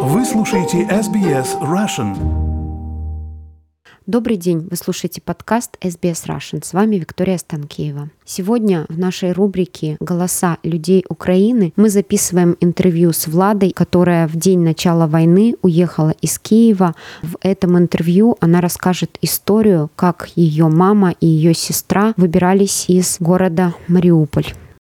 Вы слушаете SBS Russian. Добрый день, вы слушаете подкаст SBS Russian. С вами Виктория Станкеева. Сегодня в нашей рубрике «Голоса людей Украины» мы записываем интервью с Владой, которая в день начала войны уехала из Киева. В этом интервью она расскажет историю, как ее мама и ее сестра выбирались из города Мариуполь.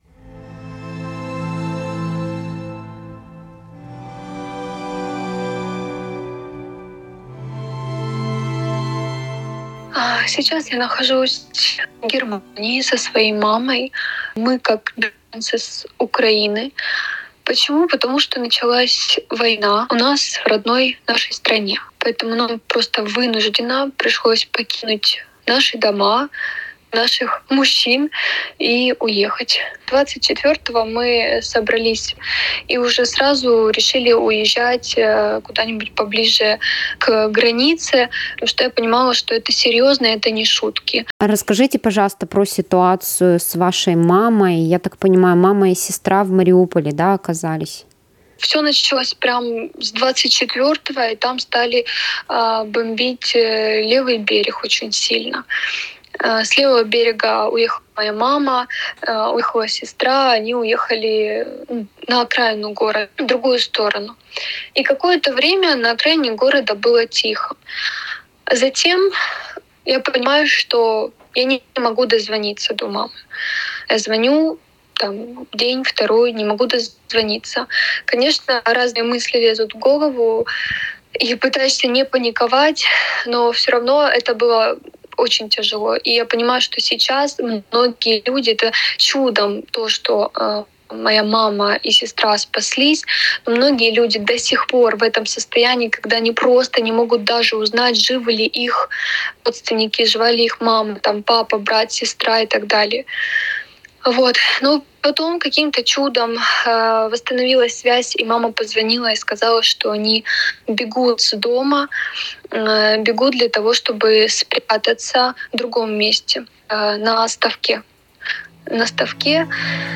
Сейчас я нахожусь в Германии со своей мамой. Мы как беженцы с Украины. Почему? Потому что началась война у нас в родной нашей стране. Поэтому нам просто вынужденно пришлось покинуть наши дома, наших мужчин и уехать. 24-го мы собрались и уже сразу решили уезжать куда-нибудь поближе к границе, потому что я понимала, что это серьезно, это не шутки. Расскажите, пожалуйста, про ситуацию с вашей мамой. Я так понимаю, мама и сестра в Мариуполе, да, оказались? Все началось прям с 24-го, и там стали бомбить левый берег очень сильно. С левого берега уехала моя мама, уехала сестра, они уехали на окраину города, в другую сторону. И какое-то время на окраине города было тихо. Затем я понимаю, что я не могу дозвониться до мамы. Я звоню, день, второй, не могу дозвониться. Конечно, разные мысли лезут в голову, и пытаешься не паниковать, но все равно это было очень тяжело. И я понимаю, что сейчас многие люди, это чудом то, что моя мама и сестра спаслись, но многие люди до сих пор в этом состоянии, когда они просто не могут даже узнать, живы ли их родственники, жива ли их мама, папа, брат, сестра и так далее. Но потом каким-то чудом восстановилась связь, и мама позвонила и сказала, что они бегут с дома, бегут для того, чтобы спрятаться в другом месте, на ставке. На ставке.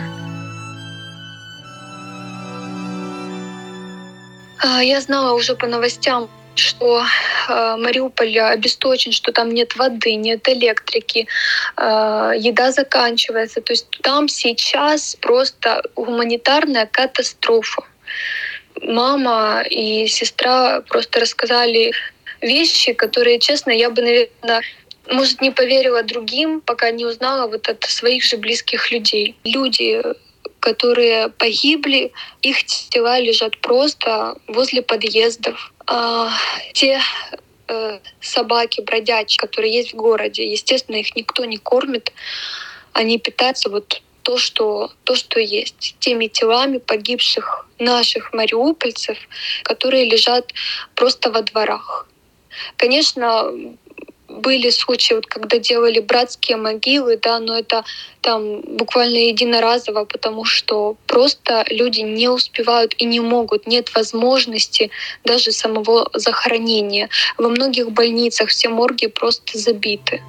Я знала уже по новостям, что Мариуполь обесточен, что там нет воды, нет электрики, еда заканчивается. То есть там сейчас просто гуманитарная катастрофа. Мама и сестра просто рассказали вещи, которые, честно, я бы, наверное, может, не поверила другим, пока не узнала от своих же близких людей. Люди, которые погибли, их тела лежат просто возле подъездов. Те собаки бродячие, которые есть в городе, естественно, их никто не кормит. Они питаются то, что есть, теми телами погибших наших мариупольцев, которые лежат просто во дворах. Конечно, были случаи, когда делали братские могилы, но это буквально единоразово, потому что просто люди не успевают и не могут, нет возможности даже самого захоронения. Во многих больницах все морги просто забиты.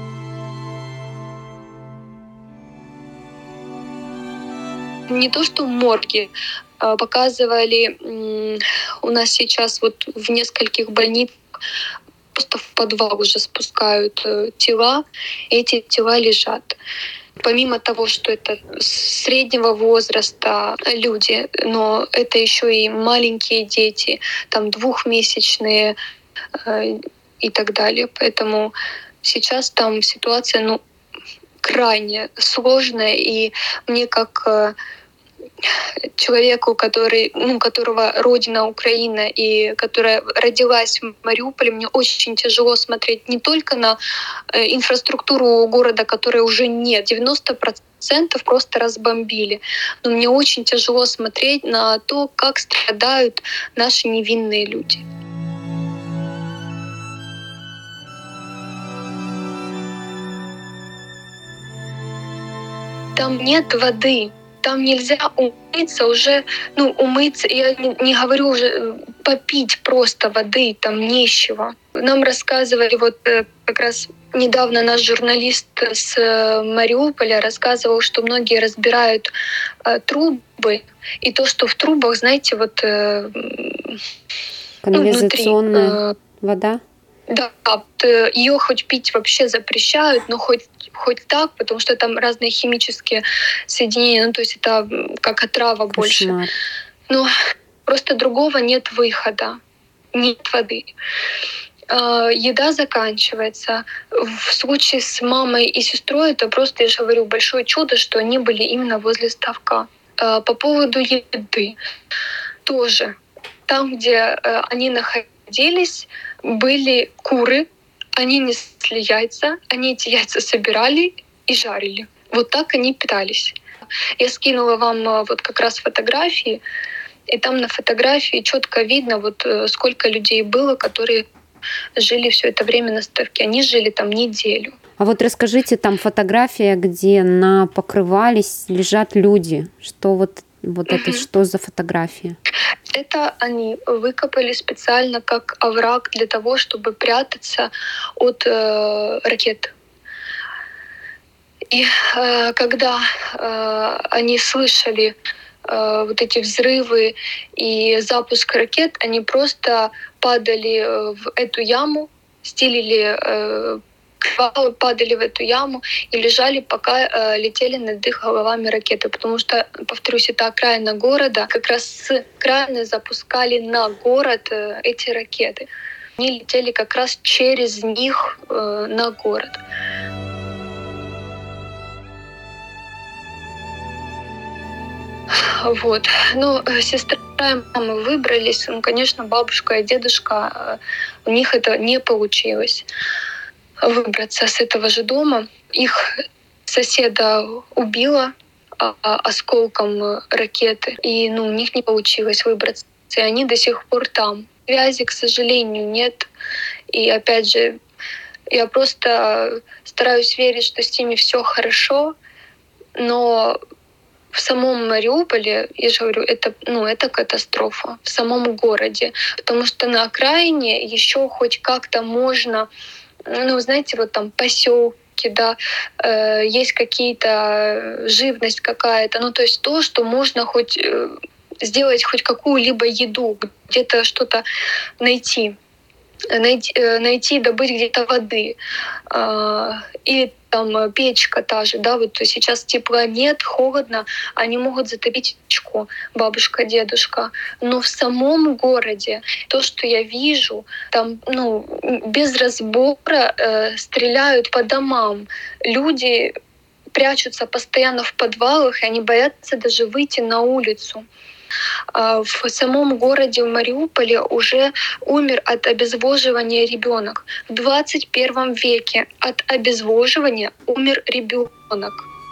Не то, что морги, показывали у нас сейчас в нескольких больницах, просто в подвал уже спускают тела, и эти тела лежат. Помимо того, что это среднего возраста люди, но это еще и маленькие дети, двухмесячные и так далее. Поэтому сейчас там ситуация крайне сложная, и мне как человеку, которого родина Украина и которая родилась в Мариуполе, мне очень тяжело смотреть не только на инфраструктуру города, которой уже нет, 90% просто разбомбили, но мне очень тяжело смотреть на то, как страдают наши невинные люди. Там нет воды. Там нельзя умыться уже, умыться, я не говорю уже попить просто воды, там нечего. Нам рассказывали как раз Недавно наш журналист с Мариуполя рассказывал, что многие разбирают трубы, и то, что в трубах, знаете, вот Канализационная внутри, вода? да, ее хоть пить вообще запрещают, но хоть так, потому что там разные химические соединения, ну то есть это как отрава больше. Кошмар. Но просто другого нет выхода, нет воды. Еда заканчивается. В случае с мамой и сестрой это просто, я же говорю, большое чудо, что они были именно возле ставка. По поводу еды тоже. Там, где они находились, были куры, они несли яйца, они эти яйца собирали и жарили. Вот так они питались. Я скинула вам вот как раз фотографии, и там на фотографии четко видно, вот сколько людей было, которые жили все это время на ставке. Они жили там неделю. А вот расскажите, там фотография, где на покрывале лежат люди. Что вот это что за фотография? Это они выкопали специально как овраг для того, чтобы прятаться от ракет. И когда они слышали вот эти взрывы и запуск ракет, они просто падали в эту яму, стелили падали в эту яму и лежали, пока летели над их головами ракеты. Потому что, повторюсь, это окраина города. Как раз с окраины запускали на город эти ракеты. Они летели как раз через них на город. Вот. Ну, сестра и мама выбрались. Ну, конечно, бабушка и дедушка, у них это не получилось выбраться с этого же дома. Их соседа убило осколком ракеты, и у них не получилось выбраться. И они до сих пор там. Связи, к сожалению, нет. И опять же, я просто стараюсь верить, что с ними все хорошо, но в самом Мариуполе, я же говорю, это катастрофа в самом городе, потому что на окраине еще хоть как-то можно, знаете, вот там поселки, да, есть какие-то живность какая-то, то есть то, что можно хоть сделать хоть какую-либо еду, где-то что-то найти, добыть где-то воды. И там печка та же, да, вот сейчас тепла нет, холодно, они могут затопить печку, бабушка, дедушка. Но в самом городе то, что я вижу, там, без разбора стреляют по домам. Люди прячутся постоянно в подвалах, и они боятся даже выйти на улицу. В самом городе, в Мариуполе, уже умер от обезвоживания ребенок. В 21 веке от обезвоживания умер ребенок.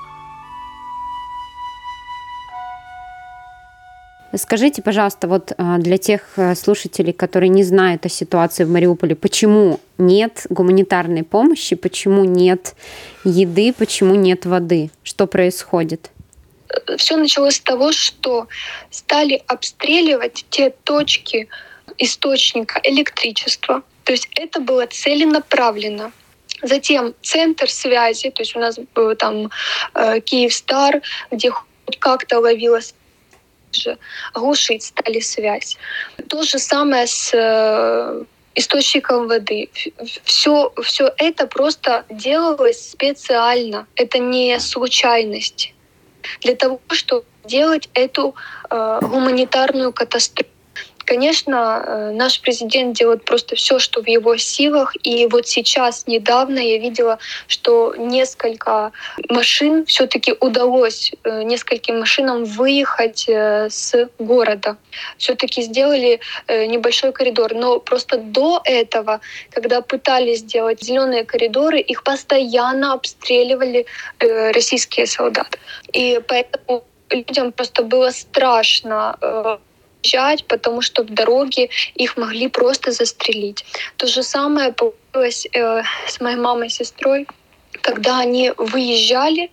Скажите, пожалуйста, вот для тех слушателей, которые не знают о ситуации в Мариуполе, почему нет гуманитарной помощи, почему нет еды, почему нет воды? Что происходит? Все началось с того, что стали обстреливать те точки источника электричества. То есть это было целенаправленно. Затем центр связи, то есть у нас был там Киевстар, где хоть как-то ловилась, глушить стали связь. То же самое с источником воды. Все это просто делалось специально. Это не случайность. Для того, чтобы делать эту гуманитарную катастрофу. Конечно, наш президент делает просто все, что в его силах. И вот сейчас, недавно я видела, что несколько машин все-таки удалось нескольким машинам выехать с города. Все-таки сделали небольшой коридор. Но просто до этого, когда пытались сделать зеленые коридоры, их постоянно обстреливали российские солдаты. И поэтому людям просто было страшно потому что в дороге их могли просто застрелить. То же самое получилось с моей мамой и сестрой, когда они выезжали,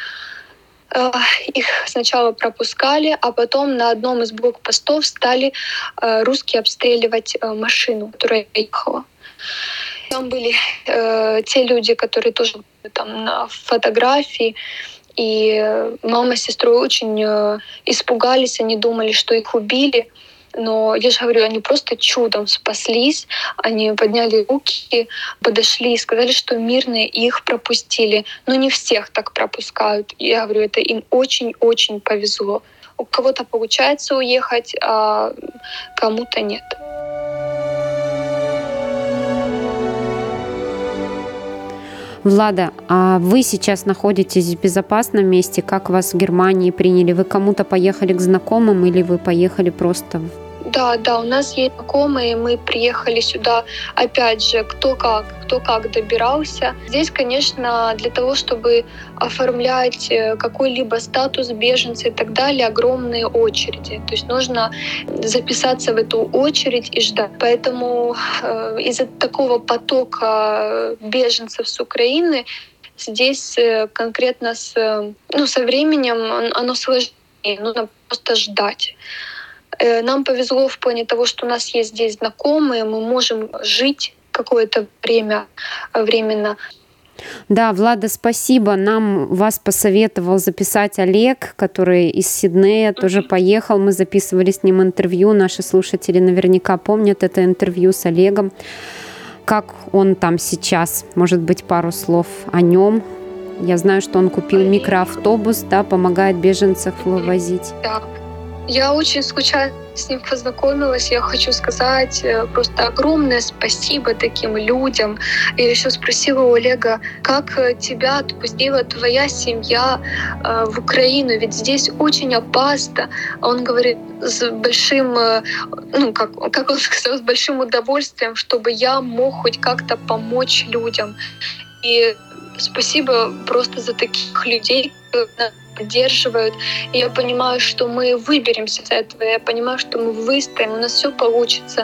их сначала пропускали, а потом на одном из блокпостов стали русские обстреливать машину, которая ехала. Там были те люди, которые тоже там на фотографии, и мама с сестрой очень испугались, они думали, что их убили. Но я же говорю, они просто чудом спаслись, они подняли руки, подошли и сказали, что мирные их пропустили. Но не всех так пропускают. Я говорю, это им очень-очень повезло. У кого-то получается уехать, а кому-то нет. Влада, а вы сейчас находитесь в безопасном месте? Как вас в Германии приняли? Вы кому-то поехали к знакомым или вы поехали просто? Да, у нас есть знакомые, мы приехали сюда, опять же, кто как добирался. Здесь, конечно, для того, чтобы оформлять какой-либо статус беженца и так далее, огромные очереди. То есть нужно записаться в эту очередь и ждать. Поэтому из-за такого потока беженцев с Украины здесь конкретно со временем оно сложнее, нужно просто ждать. Нам повезло в плане того, что у нас есть здесь знакомые, мы можем жить какое-то время временно. Да, Влада, спасибо. Нам вас посоветовал записать Олег, который из Сиднея тоже поехал. Мы записывали с ним интервью. Наши слушатели наверняка помнят это интервью с Олегом. Как он там сейчас? Может быть, пару слов о нем? Я знаю, что он купил микроавтобус, да, помогает беженцев вывозить. Да. Я очень случайно с ним познакомилась. Я хочу сказать просто огромное спасибо таким людям. Я еще спросила у Олега, как тебя отпустила твоя семья в Украину, ведь здесь очень опасно. Он говорит с большим, как он сказал, с большим удовольствием, чтобы я мог хоть как-то помочь людям. И спасибо просто за таких людей, которые поддерживают. И я понимаю, что мы выберемся из этого. Я понимаю, что мы выстоим, у нас все получится.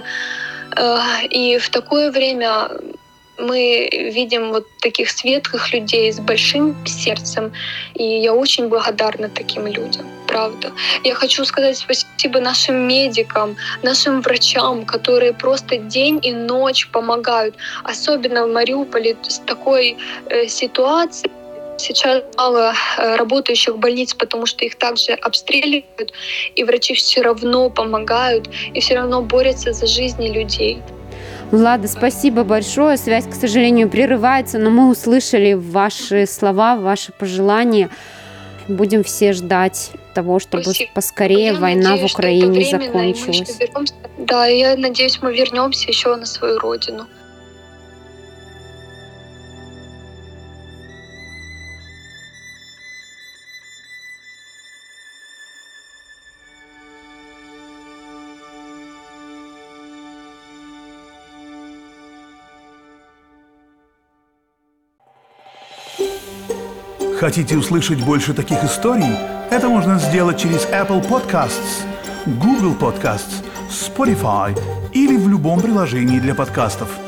И в такое время мы видим вот таких светлых людей с большим сердцем. И я очень благодарна таким людям. Правда. Я хочу сказать спасибо нашим медикам, нашим врачам, которые просто день и ночь помогают. Особенно в Мариуполе с такой ситуацией. Сейчас мало работающих больниц, потому что их также обстреливают, и врачи все равно помогают, и все равно борются за жизни людей. Влада, спасибо большое. Связь, к сожалению, прерывается, но мы услышали ваши слова, ваши пожелания. Будем все ждать того, чтобы поскорее война в Украине закончилась. Да, я надеюсь, мы вернемся еще на свою родину. Хотите услышать больше таких историй? Это можно сделать через Apple Podcasts, Google Podcasts, Spotify или в любом приложении для подкастов.